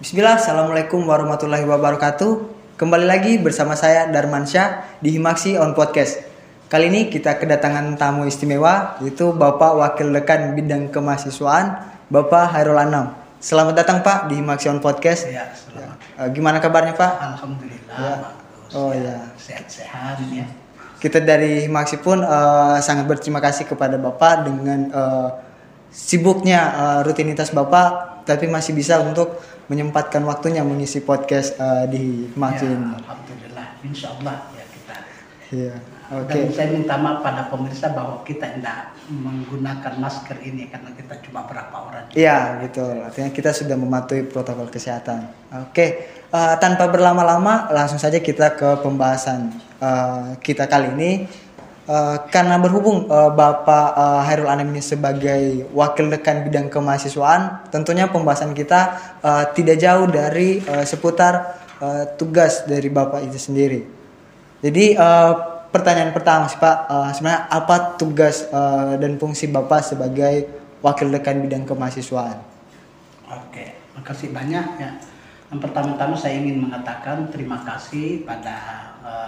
Bismillah, Assalamualaikum warahmatullahi wabarakatuh. Kembali lagi bersama saya Darmansyah di Himaksi on Podcast. Kali ini kita kedatangan tamu istimewa, yaitu Bapak Wakil Dekan Bidang Kemahasiswaan, Bapak Hairul Anam. Selamat datang Pak di Himaksi on Podcast. Ya, selamat. Gimana kabarnya Pak? Alhamdulillah, Ya. bagus. Oh ya. ya. Sehat-sehat ya. Kita dari Himaksi pun sangat berterima kasih kepada Bapak dengan sibuknya rutinitas Bapak, tapi masih bisa untuk menyempatkan waktunya mengisi podcast di Himaksi Ya, ini. alhamdulillah, insya Allah ya kita. Iya. Oke. Dan saya minta maaf pada pemirsa bahwa kita tidak menggunakan masker ini karena kita cuma berapa orang. Iya, betul. Artinya kita sudah mematuhi protokol kesehatan. Oke. Tanpa berlama-lama, langsung saja kita ke pembahasan kita kali ini. Karena berhubung Bapak Hairul Anam ini sebagai Wakil Dekan Bidang Kemahasiswaan, tentunya pembahasan kita tidak jauh dari seputar tugas dari Bapak itu sendiri. Jadi pertanyaan pertama sih Pak, sebenarnya apa tugas dan fungsi Bapak sebagai Wakil Dekan Bidang Kemahasiswaan? Oke, makasih banyak ya. Yang pertama-tama saya ingin mengatakan terima kasih pada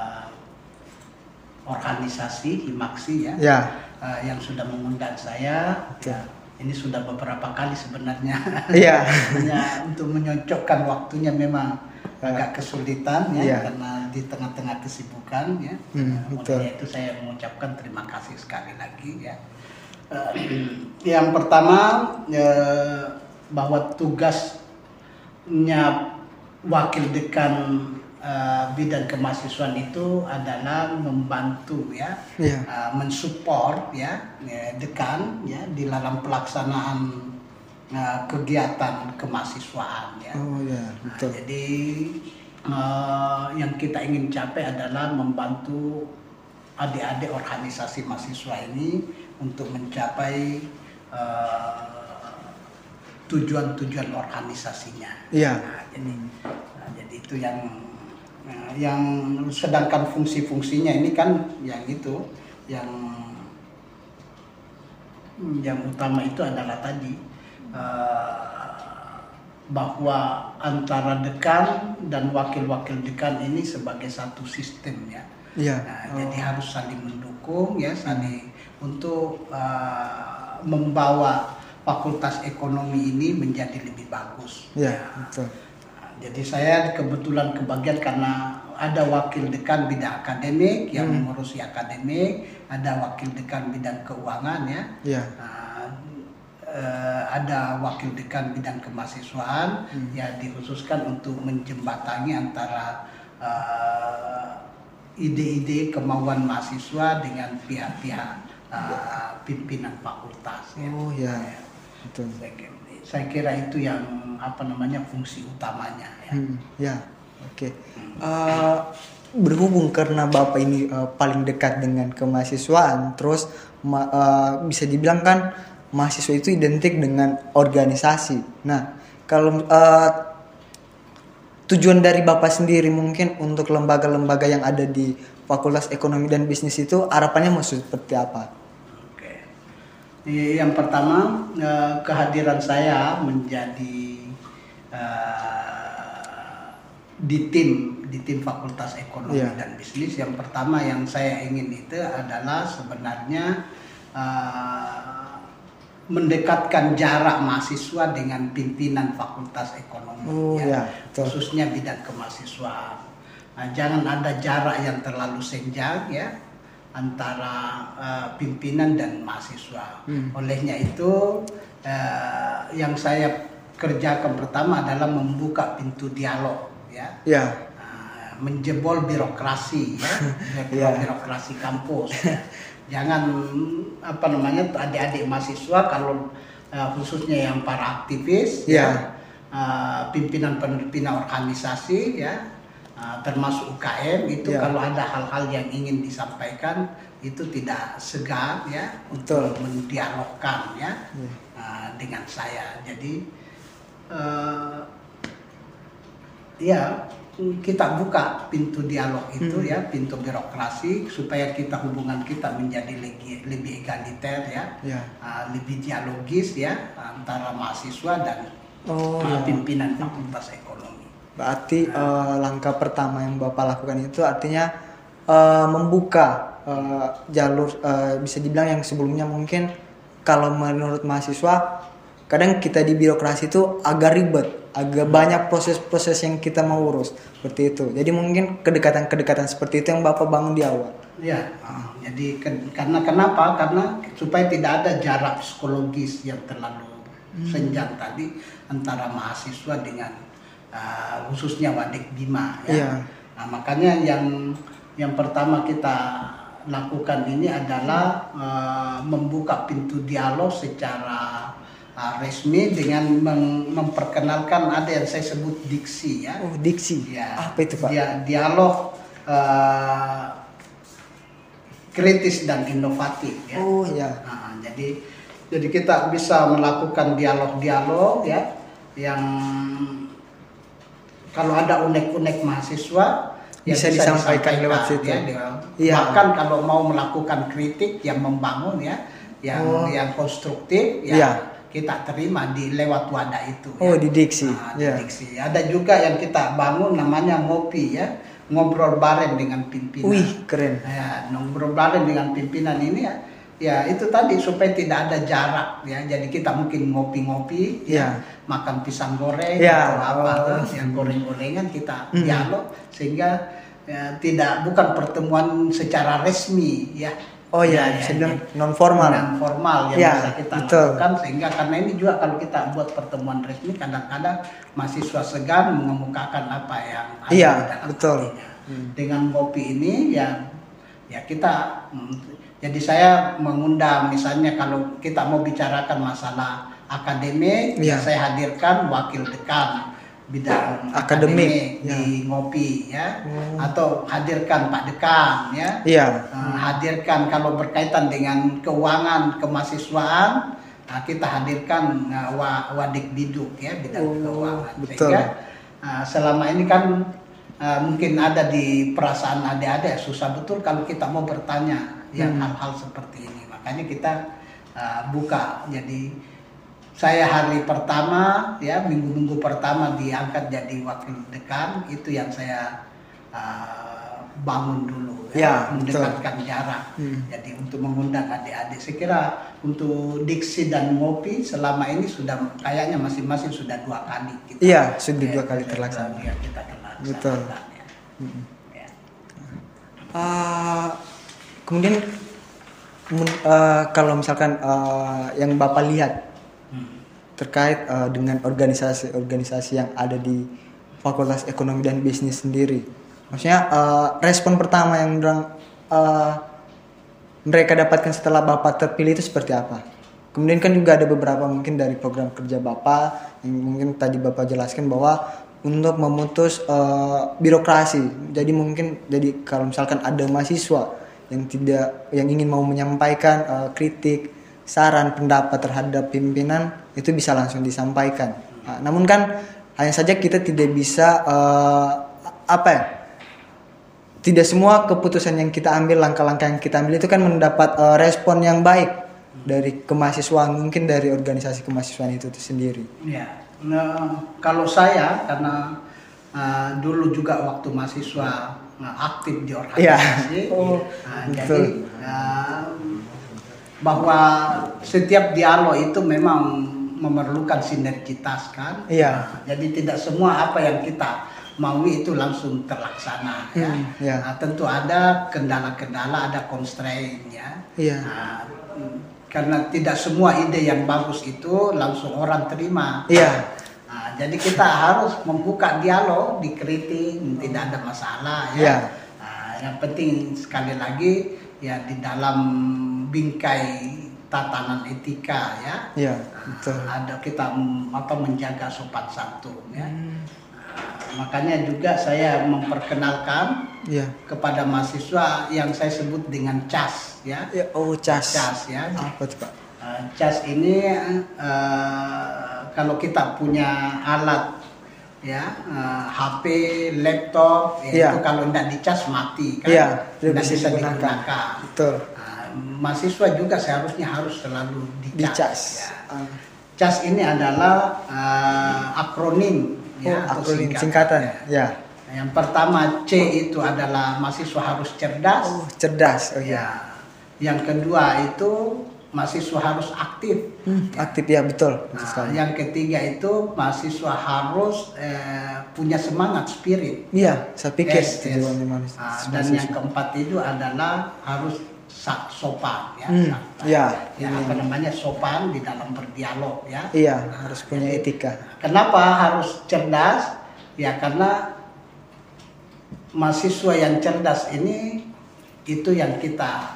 organisasi Himaksi Ya. Yang sudah mengundang saya. Ya, ini sudah beberapa kali sebenarnya. Iya. Hanya untuk menyocokkan waktunya memang agak kesulitan ya, Iya. karena di tengah-tengah kesibukan ya. Betul. Oleh itu saya mengucapkan terima kasih sekali lagi ya. Yang pertama bahwa tugasnya Wakil Dekan Bidang Kemahasiswaan itu adalah membantu ya, mensupport ya, dekan ya di dalam pelaksanaan kegiatan kemahasiswaan ya. Oh ya, betul. Jadi yang kita ingin capai adalah membantu adik-adik organisasi mahasiswa ini untuk mencapai tujuan-tujuan organisasinya. Iya. Jadi itu yang sedangkan fungsi-fungsinya ini kan yang itu yang utama itu adalah tadi bahwa antara dekan dan wakil-wakil dekan ini sebagai satu sistem ya. Iya. Jadi harus saling mendukung ya, saling untuk membawa Fakultas Ekonomi ini menjadi lebih bagus. Iya, betul. Jadi saya kebetulan kebagian karena ada wakil dekan bidang akademik yang mengurusi akademik, ada wakil dekan bidang keuangan ya. Iya. Ada wakil dekan bidang kemahasiswaan yang dikhususkan untuk menjembatani antara ide-ide kemauan mahasiswa dengan pihak-pihak pimpinan fakultas. Oh ya, betul. Saya kira itu yang fungsi utamanya ya. Ya, oke. Berhubung karena Bapak ini paling dekat dengan kemahasiswaan, terus bisa dibilang kan mahasiswa itu identik dengan organisasi. Nah, kalau tujuan dari Bapak sendiri mungkin untuk lembaga-lembaga yang ada di Fakultas Ekonomi dan Bisnis itu harapannya mau seperti apa? Oke. Yang pertama kehadiran saya menjadi di tim Fakultas Ekonomi dan Bisnis. Yang pertama yang saya ingin itu adalah sebenarnya mendekatkan jarak mahasiswa dengan pimpinan Fakultas Ekonomi khususnya bidang kemahasiswaan. Jangan ada jarak yang terlalu senjang ya antara pimpinan dan mahasiswa. Olehnya itu yang saya kerjakan pertama adalah membuka pintu dialog ya. Menjebol birokrasi ya, birokrasi kampus. Ya. Jangan adik-adik mahasiswa kalau khususnya yang para aktivis pimpinan organisasi ya, termasuk UKM itu kalau ada hal-hal yang ingin disampaikan itu tidak segan ya untuk mendialogkan ya dengan saya. Jadi kita buka pintu dialog itu ya, pintu birokrasi supaya hubungan kita menjadi lebih egaliter ya, lebih dialogis ya antara mahasiswa dan Oh, ya. pimpinan Fakultas Ekonomi. Berarti langkah pertama yang Bapak lakukan itu artinya membuka jalur, bisa dibilang yang sebelumnya mungkin kalau menurut mahasiswa kadang kita di birokrasi itu agak ribet, agak banyak proses-proses yang kita mau urus seperti itu. Jadi mungkin kedekatan-kedekatan seperti itu yang Bapak bangun di awal. Ya, jadi karena kenapa? Karena supaya tidak ada jarak psikologis yang terlalu senjang tadi antara mahasiswa dengan khususnya Wadik Bima. Ya. Iya. Nah, makanya yang pertama kita lakukan ini adalah membuka pintu dialog secara resmi dengan memperkenalkan ada yang saya sebut diksi, ya. Oh, diksi. Ya. Apa itu, Pak? Dialog kritis dan inovatif, ya. Oh, ya. Nah, jadi kita bisa melakukan dialog-dialog, ya, yang kalau ada unek-unek mahasiswa ya Bisa disampaikan lewat situ. Ya, Iya. Bahkan kalau mau melakukan kritik yang membangun, ya, yang konstruktif, ya, Iya. kita terima di lewat wadah itu. Oh, ya. di diksi. Nah, di Ya. diksi. Ada juga yang kita bangun namanya ngopi, ya, ngobrol bareng dengan pimpinan. Wih, keren. Ya, ngobrol bareng dengan pimpinan ini, ya itu tadi supaya tidak ada jarak, ya. Jadi kita mungkin ngopi-ngopi, ya, makan pisang goreng Ya. atau apa, yang goreng-gorengan kita dialog sehingga bukan pertemuan secara resmi, ya. Oh ya, bisa bilang non formal. Non formal yang Ya, bisa kita betul. lakukan, sehingga karena ini juga kalau kita buat pertemuan resmi kadang-kadang mahasiswa segan mengemukakan apa yang ada Iya, di dalam betul. hatinya. Dengan kopi ini ya kita jadi saya mengundang, misalnya kalau kita mau bicarakan masalah akademik, Iya. ya saya hadirkan wakil dekan bidang Akademik, di ngopi, ya, atau hadirkan Pak Dekan, ya. Iya. Hadirkan kalau berkaitan dengan keuangan kemahasiswaan, kita hadirkan Wadik Biduk, ya, bidang keuangan. Betul. Sehingga selama ini kan mungkin ada di perasaan adik-adik susah betul kalau kita mau bertanya yang hal-hal seperti ini. Makanya kita buka. Jadi saya hari pertama, ya, minggu-minggu pertama diangkat jadi wakil dekan, itu yang saya bangun dulu, Ya, mendekatkan jarak. Jadi untuk mengundang adik-adik, saya kira untuk diksi dan ngopi selama ini sudah kayaknya masing-masing sudah 2 kali. Iya, sudah 2 kali terlaksana. Ya, kita terlaksana. Betul. Ya. Kemudian kalau misalkan yang Bapak lihat terkait dengan organisasi-organisasi yang ada di Fakultas Ekonomi dan Bisnis sendiri, maksudnya respon pertama yang mereka dapatkan setelah Bapak terpilih itu seperti apa? Kemudian kan juga ada beberapa mungkin dari program kerja Bapak yang mungkin tadi Bapak jelaskan bahwa untuk memutus birokrasi. Jadi kalau misalkan ada mahasiswa yang ingin mau menyampaikan kritik, saran, pendapat terhadap pimpinan, itu bisa langsung disampaikan. Namun kan hanya saja kita tidak bisa tidak semua keputusan yang kita ambil, langkah-langkah yang kita ambil itu kan mendapat respon yang baik dari kemahasiswaan, mungkin dari organisasi kemahasiswaan itu sendiri. Ya, kalau saya karena dulu juga waktu mahasiswa aktif di organisasi, jadi bahwa setiap dialog itu memang memerlukan sinergitas, kan. Iya. Jadi tidak semua apa yang kita mau itu langsung terlaksana, ya. Tentu ada kendala-kendala, ada constraint, ya. Iya. Karena tidak semua ide yang bagus itu langsung orang terima. Iya. Jadi kita harus membuka dialog, dikritik, tidak ada masalah, ya. Yang penting sekali lagi ya di dalam bingkai tatanan etika, ya. Iya, betul. Ada kita menjaga sopan santun, ya. Makanya juga saya memperkenalkan kepada mahasiswa yang saya sebut dengan CAS, ya. CAS. CAS, ya. Apa itu, Pak? CAS ini kalau kita punya alat, ya, HP, laptop, itu kalau tidak dicas mati, kan. Tidak bisa digunakan. Betul. Mahasiswa juga seharusnya harus selalu dicas. Ya. CAS ini adalah akronim ya, atau akronim singkatan. Ya. Yang pertama C itu adalah mahasiswa harus cerdas. Oh, cerdas. Oh ya. Yang kedua itu mahasiswa harus aktif. Aktif ya, betul. Nah, yang ketiga itu mahasiswa harus punya semangat, spirit. Iya, saya pikir dan yang keempat itu adalah harus sopan ya. Apa namanya, sopan di dalam berdialog ya. Iya, harus punya etika. Kenapa harus cerdas? Ya karena mahasiswa yang cerdas ini itu yang kita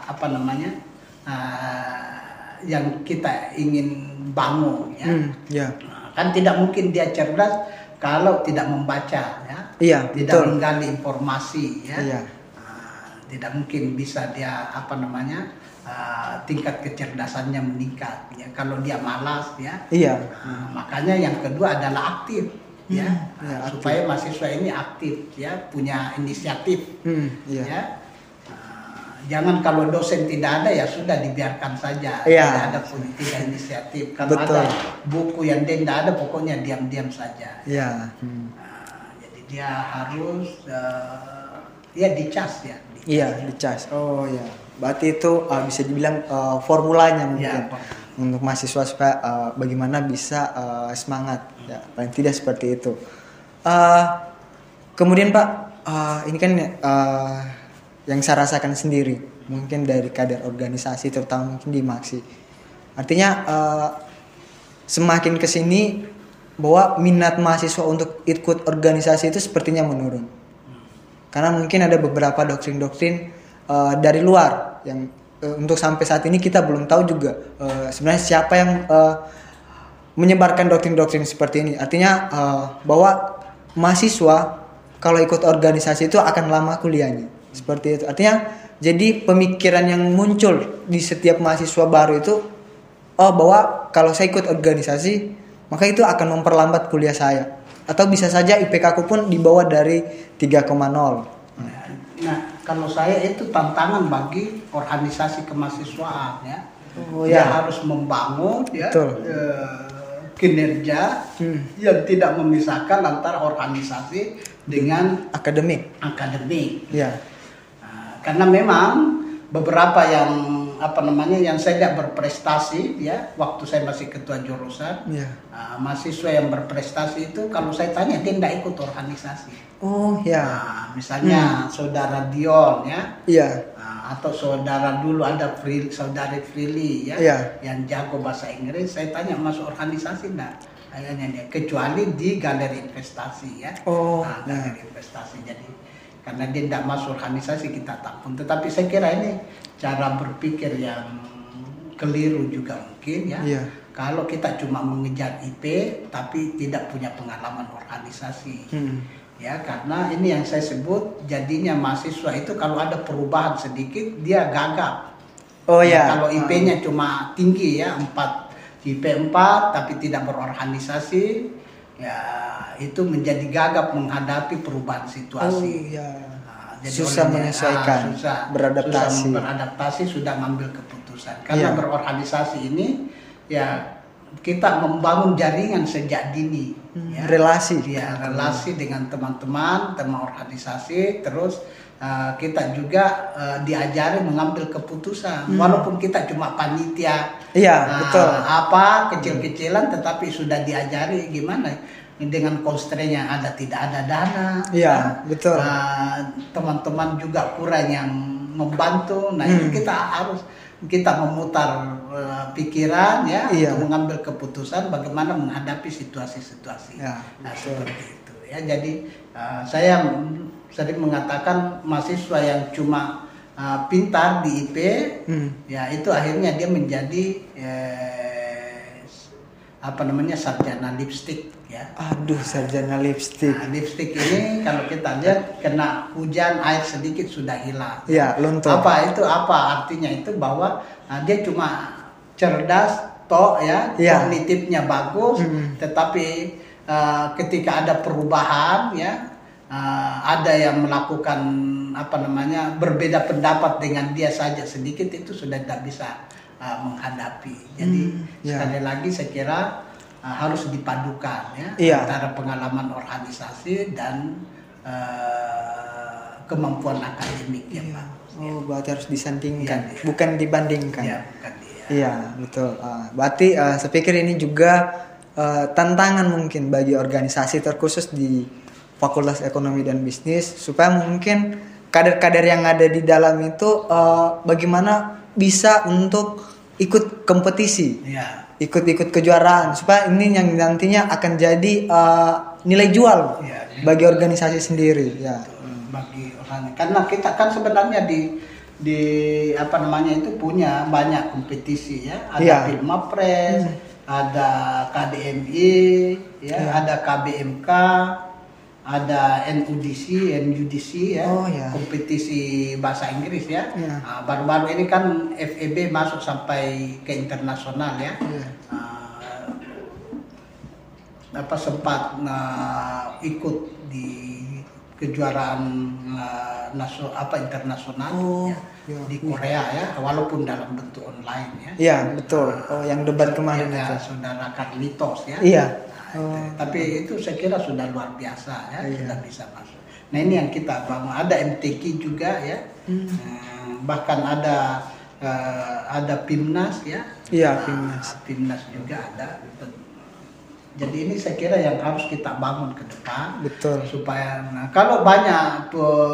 yang kita ingin bangun ya. Kan tidak mungkin dia cerdas kalau tidak membaca ya. Iya, tidak betul. menggali informasi ya. Iya. Tidak mungkin bisa dia tingkat kecerdasannya meningkat ya kalau dia malas ya. Iya. Makanya yang kedua adalah aktif ya. Aktif. Supaya mahasiswa ini aktif ya, punya inisiatif ya. Jangan kalau dosen tidak ada ya sudah dibiarkan saja, tidak ada tidak inisiatif. Kalau ada buku yang dia tidak ada, pokoknya diam-diam saja. Iya. Jadi dia harus dicas ya. Iya, dicas. Oh ya, berarti itu bisa dibilang formulanya mungkin untuk mahasiswa supaya bagaimana bisa semangat. Ya, paling tidak seperti itu. Kemudian Pak, ini kan yang saya rasakan sendiri, mungkin dari kader organisasi, terutama mungkin di Maksi. Artinya semakin kesini bahwa minat mahasiswa untuk ikut organisasi itu sepertinya menurun. Karena mungkin ada beberapa doktrin-doktrin dari luar yang untuk sampai saat ini kita belum tahu juga sebenarnya siapa yang menyebarkan doktrin-doktrin seperti ini. Artinya bahwa mahasiswa kalau ikut organisasi itu akan lama kuliahnya. Seperti itu. Artinya jadi pemikiran yang muncul di setiap mahasiswa baru itu bahwa kalau saya ikut organisasi maka itu akan memperlambat kuliah saya. Atau bisa saja IPK aku pun di bawah dari 3,0. Nah, kalau saya itu tantangan bagi organisasi kemahasiswaan ya. Dia harus membangun ya kinerja yang tidak memisahkan antara organisasi dengan akademik. Ya. Karena memang beberapa yang yang saya lihat berprestasi ya, waktu saya masih ketua jurusan, mahasiswa yang berprestasi itu kalau saya tanya dia tidak ikut organisasi. Oh ya. Misalnya saudara Dion ya. Iya. Atau saudara dulu ada saudari Frili ya, yang jago bahasa Inggris. Saya tanya masuk organisasi enggak? Kayaknya dia, kecuali di galeri investasi ya. Galeri investasi. Jadi karena dia tidak masuk organisasi kita tampung. Tetapi saya kira ini cara berpikir yang keliru juga mungkin ya. Kalau kita cuma mengejar IP tapi tidak punya pengalaman organisasi. Ya, karena ini yang saya sebut jadinya mahasiswa itu kalau ada perubahan sedikit dia gagap. Kalau IP-nya cuma tinggi ya, IP 4 tapi tidak berorganisasi, ya itu menjadi gagap menghadapi perubahan situasi. Jadi susah menyesuaikan, beradaptasi, sudah mengambil keputusan. Karena berorganisasi ini ya kita membangun jaringan sejak dini, relasi dengan teman-teman organisasi, terus kita juga diajari mengambil keputusan, walaupun kita cuma panitia, kecil-kecilan, tetapi sudah diajari gimana dengan constraint yang ada, tidak ada dana, betul. Teman-teman juga kurang yang membantu, ini kita memutar pikiran ya untuk mengambil keputusan bagaimana menghadapi situasi-situasi seperti itu ya. Jadi saya sering mengatakan mahasiswa yang cuma pintar di IP ya itu akhirnya dia menjadi sarjana lipstik ya. Sarjana lipstik. Lipstik ini kalau kita lihat kena hujan air sedikit sudah hilang. Luntur. Apa artinya itu bahwa dia cuma cerdas kognitifnya bagus, tetapi ketika ada perubahan ya ada yang melakukan berbeda pendapat dengan dia saja sedikit itu sudah tidak bisa menghadapi. Jadi sekali lagi saya kira harus dipadukan ya, Iya. antara pengalaman organisasi dan kemampuan akademik ya Pak. Oh, berarti harus disandingkan, Iya. bukan dibandingkan. Ya, bukan dia. Iya, betul. Berarti saya pikir ini juga tantangan mungkin bagi organisasi terkhusus di Fakultas Ekonomi dan Bisnis, supaya mungkin kader-kader yang ada di dalam itu bagaimana bisa untuk ikut kompetisi, Ya. ikut-ikut kejuaraan, supaya ini yang nantinya akan jadi nilai jual Iya. bagi organisasi sendiri. Ya. Bagi orang, karena kita kan sebenarnya di apa namanya itu punya banyak kompetisi ya, ada Iya. Filmapres, ada KDMI ya, Iya. ada KBMK, ada NUDC ya, Oh, iya. kompetisi bahasa Inggris ya. Iya. Baru-baru ini kan FEB masuk sampai ke internasional ya. Iya. Apa sempat ikut di kejuaraan internasional Oh, ya, iya. di Korea ya, walaupun dalam bentuk online ya. Iya, betul. Oh, yang debat kemarin Ya, itu. saudara Carlitos ya. Iya. Tapi itu saya kira sudah luar biasa ya, Iya. sudah bisa masuk. Nah ini yang kita bangun. Ada MTQ juga ya, bahkan ada PIMNAS ya. Iya, PIMNAS. PIMNAS juga ada. Jadi ini saya kira yang harus kita bangun ke depan. Betul. Supaya kalau banyak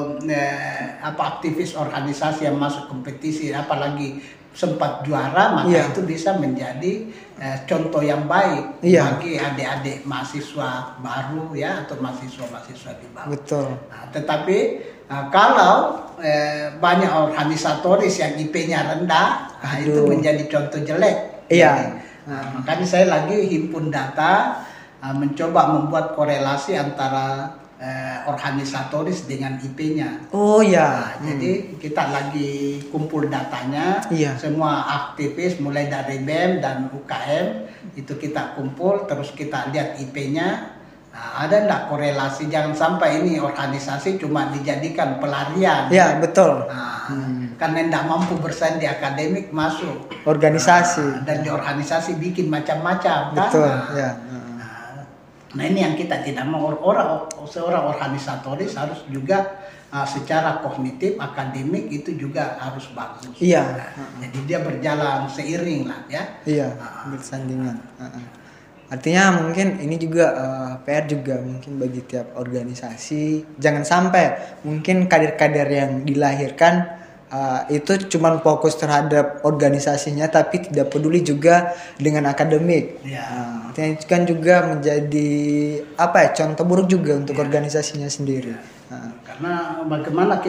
aktivis organisasi yang masuk kompetisi, apalagi sempat juara, maka Iya. itu bisa menjadi contoh yang baik Iya. bagi adik-adik mahasiswa baru ya, atau mahasiswa-mahasiswa di bawah. Betul. Nah, tetapi kalau banyak organisatoris yang IP-nya rendah, nah, itu Aduh. menjadi contoh jelek. Iya. Makanya saya lagi himpun data, mencoba membuat korelasi antara organisatoris dengan IP-nya. Oh ya. Jadi kita lagi kumpul datanya, Iya. semua aktivis mulai dari BEM dan UKM itu kita kumpul, terus kita lihat IP-nya. Nah, ada enggak korelasi? Jangan sampai ini organisasi cuma dijadikan pelarian. Iya, betul. Nah, karena tidak mampu bersaing di akademik masuk Organisasi. dan di organisasi bikin macam-macam kan. Betul, Nah, ya. nah ini yang kita tidak mau. Seorang organisatoris harus juga secara kognitif akademik itu juga harus bagus. Iya. Nah, jadi dia berjalan seiring lah ya. Iya, bersandingan. Artinya mungkin ini juga PR juga mungkin bagi tiap organisasi. Jangan sampai mungkin kader-kader yang dilahirkan itu cuma fokus terhadap organisasinya, tapi tidak peduli juga dengan akademik. Ya. Artinya itu kan juga menjadi contoh buruk juga untuk organisasinya sendiri. Karena bagaimana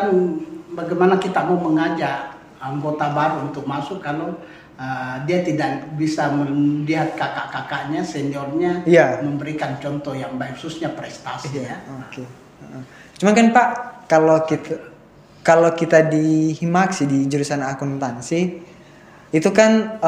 kita mau mengajak anggota baru untuk masuk kalau dia tidak bisa melihat kakak-kakaknya, seniornya Iya. memberikan contoh yang baik, khususnya prestasi ya. Oke. Cuman kan Pak, kalau kita di Himaksi di jurusan akuntansi itu kan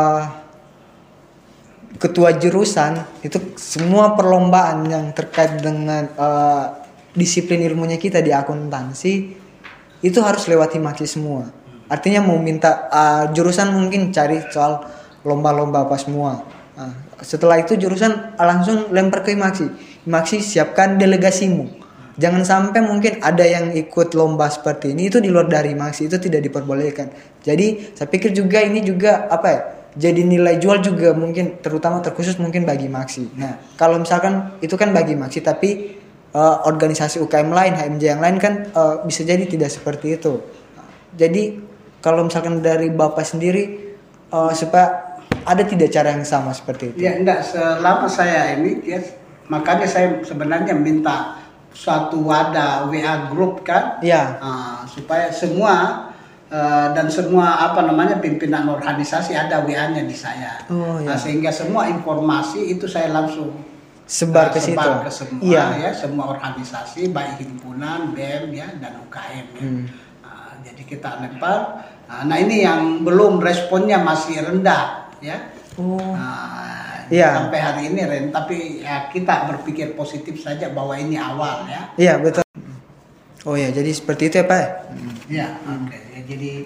ketua jurusan itu semua perlombaan yang terkait dengan disiplin ilmunya kita di akuntansi itu harus lewat Himaksi semua. Artinya mau minta jurusan mungkin cari soal lomba-lomba apa semua. Setelah itu jurusan langsung lempar ke Himaksi. Himaksi siapkan delegasimu. Jangan sampai mungkin ada yang ikut lomba seperti ini itu di luar dari Himaksi, itu tidak diperbolehkan. Jadi saya pikir juga ini juga jadi nilai jual juga mungkin terutama terkhusus mungkin bagi Himaksi. Nah kalau misalkan itu kan bagi Himaksi, tapi organisasi UKM lain, HMJ yang lain kan bisa jadi tidak seperti itu. Jadi kalau misalkan dari Bapak sendiri supaya ada tidak cara yang sama seperti itu? Ya enggak, selama saya ini ya, makanya saya sebenarnya minta suatu wadah WA group kan, ya. Supaya semua dan semua pimpinan organisasi ada WA-nya di saya. Oh, ya. Sehingga semua informasi itu saya langsung Sebar ke situ. ke semua Iya. ya, semua organisasi baik himpunan, BEM ya dan UKM ya. Jadi kita lempar. Nah ini yang belum responnya masih rendah ya. Iya. Sampai hari ini tapi ya kita berpikir positif saja bahwa ini awal ya. Iya betul. Oh ya, jadi seperti itu ya Pak. Ya, oke. Ya,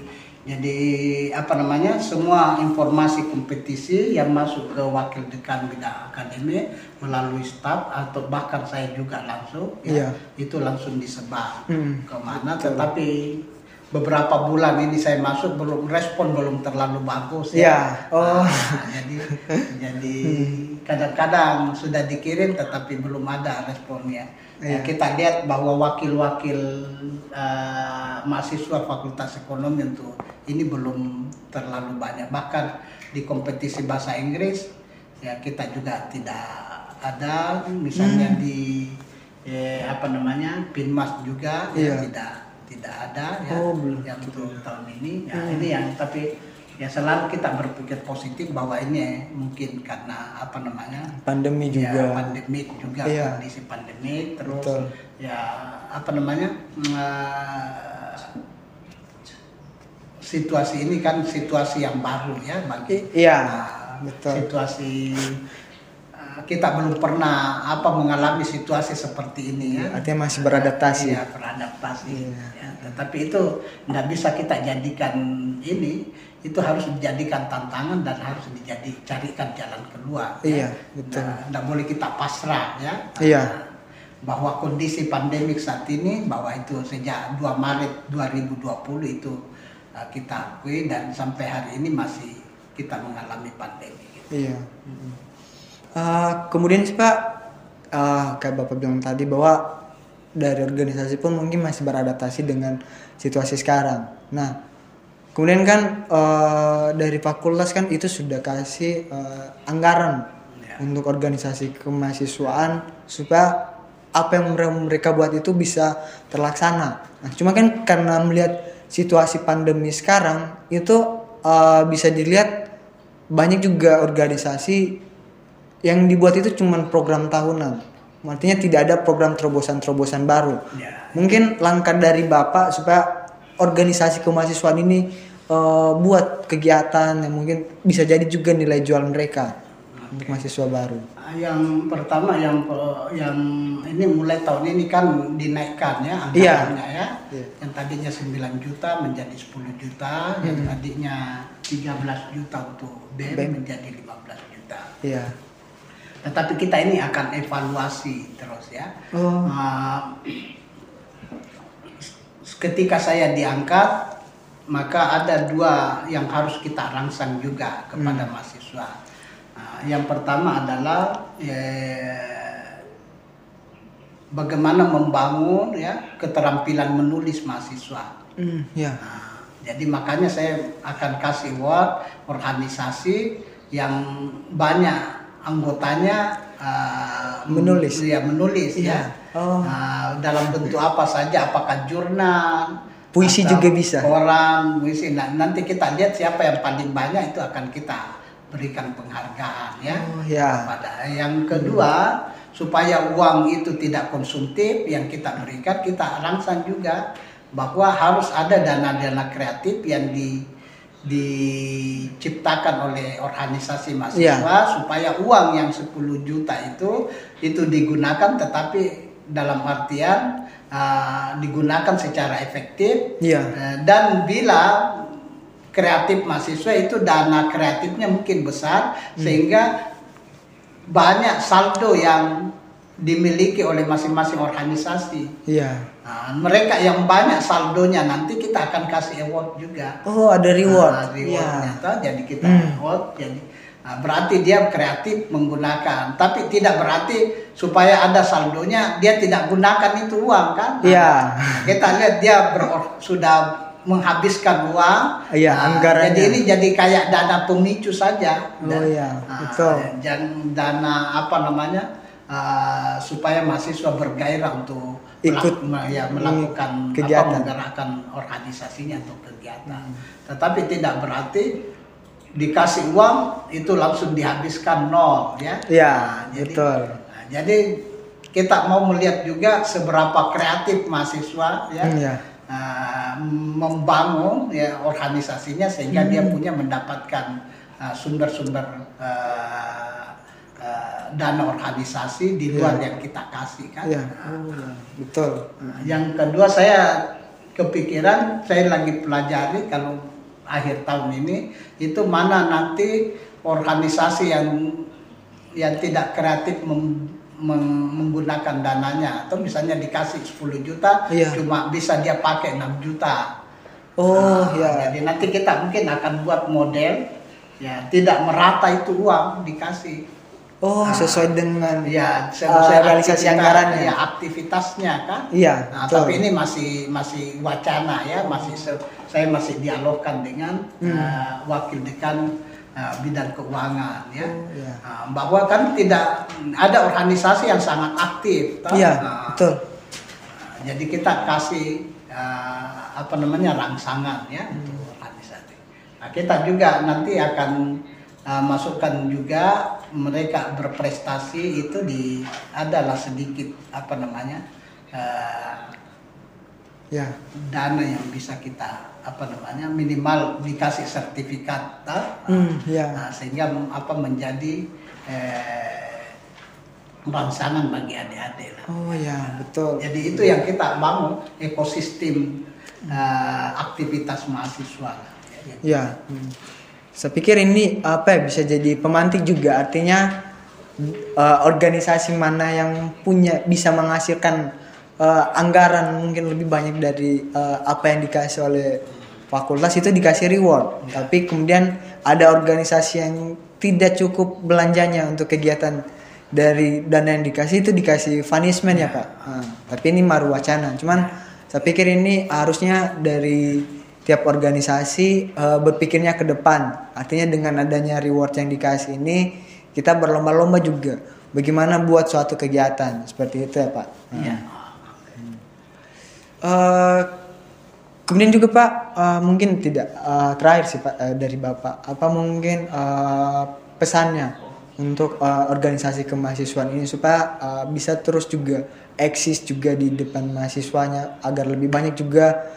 Jadi apa namanya, semua informasi kompetisi yang masuk ke wakil dekan bidang akademik melalui staf atau bahkan saya juga langsung ya, itu langsung disebar kemana. Tetapi beberapa bulan ini saya masuk respon belum terlalu bagus ya. Jadi kadang-kadang sudah dikirim tetapi belum ada responnya. Kita lihat bahwa wakil-wakil mahasiswa Fakultas Ekonomi untuk ini belum terlalu banyak. Bahkan di kompetisi bahasa Inggris ya kita juga tidak ada. Misalnya di Pinmas juga ya, tidak ada ya, yang untuk tahun ini. Ya, ini yang tapi ya selalu kita berpikir positif bahwa ini mungkin karena pandemi juga, kondisi pandemi, terus situasi ini kan situasi yang baru ya bagi situasi kita belum pernah mengalami situasi seperti ini ya. Artinya masih beradaptasi. Ya, beradaptasi. Ya, tetapi itu tidak bisa kita jadikan ini. Itu harus dijadikan tantangan dan harus carikan jalan keluar. Iya, betul. Tidak boleh kita pasrah ya. Iya. Bahwa kondisi pandemik saat ini, bahwa itu sejak 2 Maret 2020 itu kita akui dan sampai hari ini masih kita mengalami pandemi. Gitu. Iya. Kemudian sih Pak, kayak Bapak bilang tadi bahwa dari organisasi pun mungkin masih beradaptasi dengan situasi sekarang. Nah, kemudian kan dari fakultas kan itu sudah kasih anggaran untuk organisasi kemahasiswaan supaya apa yang mereka buat itu bisa terlaksana. Nah, cuma kan karena melihat situasi pandemi sekarang itu bisa dilihat banyak juga organisasi yang dibuat itu cuma program tahunan. Artinya tidak ada program terobosan-terobosan baru. Mungkin langkah dari Bapak supaya organisasi kemahasiswaan ini buat kegiatan yang mungkin bisa jadi juga nilai jual mereka untuk mahasiswa baru. Yang pertama yang ini mulai tahun ini kan dinaikkan ya anggarannya ya. Yang tadinya 9 juta menjadi 10 juta, yang tadinya 13 juta untuk BEM menjadi 15 juta. Tetapi kita ini akan evaluasi terus ya. Ketika saya diangkat, maka ada 2 yang harus kita rangsang juga kepada mahasiswa. Yang pertama adalah bagaimana membangun ya keterampilan menulis mahasiswa. Jadi makanya saya akan kasih organisasi yang banyak anggotanya menulis ya. Dalam bentuk apa saja, apakah jurnal, puisi juga bisa, koran, puisi. Nah, nanti kita lihat siapa yang paling banyak, itu akan kita berikan penghargaan ya. Yang kedua, supaya uang itu tidak konsumtif yang kita berikan, kita rangsang juga bahwa harus ada dana-dana kreatif yang diciptakan oleh organisasi mahasiswa supaya uang yang 10 juta itu digunakan, tetapi dalam artian digunakan secara efektif. Dan bila kreatif mahasiswa itu dana kreatifnya mungkin besar sehingga banyak saldo yang dimiliki oleh masing-masing organisasi. Mereka yang banyak saldonya nanti kita akan kasih award juga. Ada reward. Jadi kita award. Jadi berarti dia kreatif menggunakan, tapi tidak berarti supaya ada saldonya dia tidak gunakan itu uang kan? Kita lihat dia sudah menghabiskan uang. Anggarannya. Jadi ini jadi kayak dana pemicu saja. Betul. Dan dana supaya mahasiswa bergairah untuk melakukan kegiatan, menggerakkan organisasinya untuk kegiatan. Tetapi tidak berarti dikasih uang itu langsung dihabiskan nol ya. Betul. Jadi kita mau melihat juga seberapa kreatif mahasiswa membangun ya organisasinya sehingga dia punya mendapatkan sumber-sumber dana organisasi di luar yang kita kasih kan. Betul. Yang kedua saya kepikiran, saya lagi pelajari kalau akhir tahun ini itu mana nanti organisasi yang tidak kreatif menggunakan dananya, atau misalnya dikasih 10 juta Iya. cuma bisa dia pakai 6 juta. Oh ya. Jadi nanti kita mungkin akan buat model ya tidak merata itu uang dikasih. Oh, sesuai dengan Ya sesuai realisasi anggarannya. ya, aktivitasnya kan. Iya, Nah, betul. tapi ini masih wacana ya, saya masih dialogkan dengan wakil dekan bidang keuangan ya. Oh, iya. Bahwa kan tidak ada organisasi yang sangat aktif toh. Iya, betul. Jadi kita kasih rangsangan ya untuk organisasi. Nah, kita juga nanti akan masukkan juga mereka berprestasi itu adalah sedikit Ya. dana yang bisa kita minimal dikasih sertifikat Ya. sehingga menjadi rangsangan bagi adik-adik lah. Oh ya, betul. Jadi itu yang kita bangun ekosistem aktivitas mahasiswa lah. Ya. Saya pikir ini bisa jadi pemantik juga, artinya organisasi mana yang bisa menghasilkan anggaran mungkin lebih banyak dari apa yang dikasih oleh fakultas itu dikasih reward. Tapi kemudian ada organisasi yang tidak cukup belanjanya untuk kegiatan, dari dana yang dikasih itu dikasih punishment ya Pak. Tapi ini maru wacana. Cuman saya pikir ini harusnya dari tiap organisasi berpikirnya ke depan. Artinya dengan adanya reward yang dikasih ini, kita berlomba-lomba juga bagaimana buat suatu kegiatan seperti itu ya Pak. Iya. Kemudian juga Pak, mungkin tidak terakhir sih Pak dari Bapak, apa mungkin pesannya untuk organisasi kemahasiswaan ini supaya bisa terus juga eksis juga di depan mahasiswanya, agar lebih banyak juga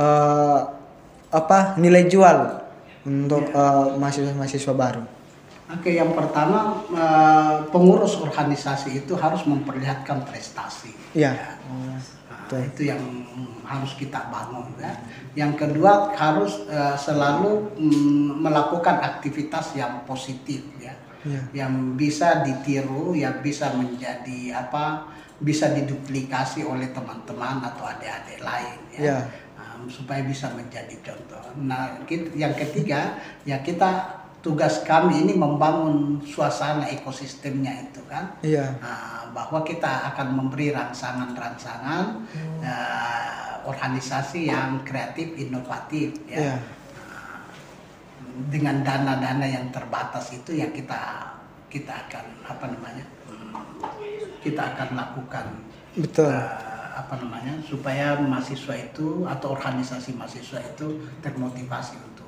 nilai jual untuk mahasiswa-mahasiswa baru. Oke, yang pertama pengurus organisasi itu harus memperlihatkan prestasi. Iya. Itu yang harus kita bangun ya. Yang kedua harus selalu melakukan aktivitas yang positif ya. Yang bisa ditiru, yang bisa menjadi bisa diduplikasi oleh teman-teman atau adik-adik lain ya. Supaya bisa menjadi contoh. Nah, yang ketiga ya tugas kami ini membangun suasana ekosistemnya itu kan. Bahwa kita akan memberi rangsangan-rangsangan organisasi yang kreatif, inovatif ya. Dengan dana-dana yang terbatas itu ya kita akan kita akan lakukan. Betul. Supaya mahasiswa itu atau organisasi mahasiswa itu termotivasi untuk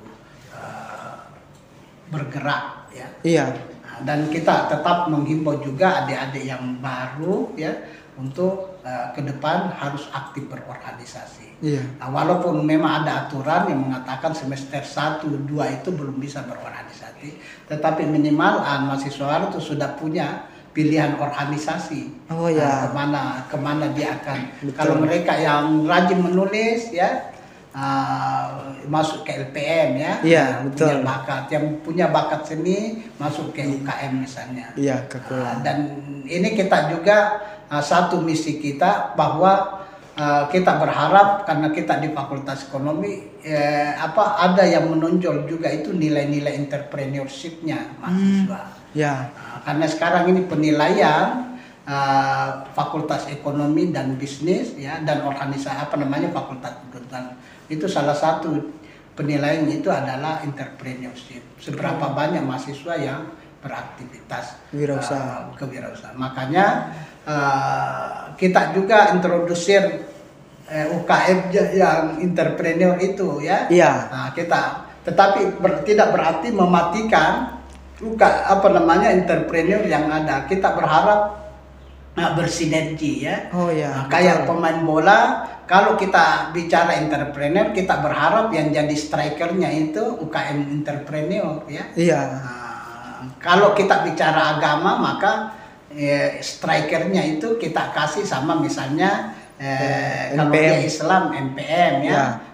bergerak ya. Iya. Dan kita tetap menghimbau juga adik-adik yang baru ya untuk ke depan harus aktif berorganisasi. Nah, walaupun memang ada aturan yang mengatakan semester 1, 2 itu belum bisa berorganisasi, tetapi minimal mahasiswa itu sudah punya pilihan organisasi. Kemana dia akan. Betul. Kalau mereka yang rajin menulis ya masuk ke LPM ya. Betul. Punya bakat, yang punya bakat seni masuk ke UKM misalnya. Dan ini kita juga satu misi kita bahwa kita berharap karena kita di Fakultas Ekonomi ada yang menonjol juga itu nilai-nilai entrepreneurship-nya mahasiswa. Karena sekarang ini penilaian Fakultas Ekonomi dan Bisnis ya dan organisasi Fakultas Kedokteran itu salah satu penilaian itu adalah entrepreneurship. Seberapa banyak mahasiswa yang beraktivitas kewirausahaan. Makanya kita juga introducer UKM yang entrepreneur itu ya. Tetapi tidak berarti mematikan entrepreneur yang ada. Kita berharap bersinergi ya. Kayak pemain bola, kalau kita bicara entrepreneur, kita berharap yang jadi strikernya itu UKM entrepreneur ya. Kalau kita bicara agama, maka strikernya itu kita kasih sama misalnya kalau dia Islam MPM ya.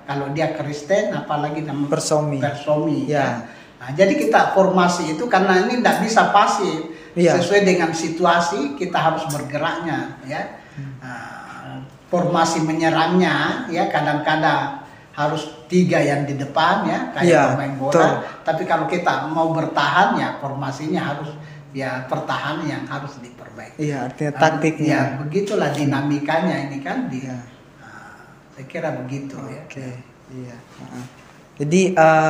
Kalau dia Kristen, apalagi namanya Persomi. Ya. Nah, jadi kita formasi itu karena ini tidak bisa pasif. Sesuai dengan situasi kita harus bergeraknya, ya. Formasi menyerangnya, ya kadang-kadang harus 3 yang di depan, ya kayak pemain bola. Tapi kalau kita mau bertahan, ya formasinya harus ya pertahanan yang harus diperbaiki. Iya, artinya taktiknya. Ya, begitulah dinamikanya ini kan. Saya kira begitu. Oke. Iya. Jadi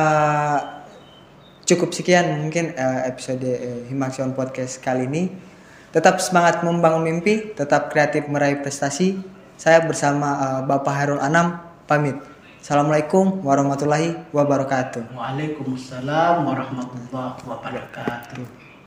cukup sekian mungkin episode Himaksion Podcast kali ini. Tetap semangat membangun mimpi, tetap kreatif meraih prestasi. Saya bersama Bapak Hairul Anam pamit. Assalamualaikum warahmatullahi wabarakatuh. Waalaikumsalam warahmatullahi wabarakatuh.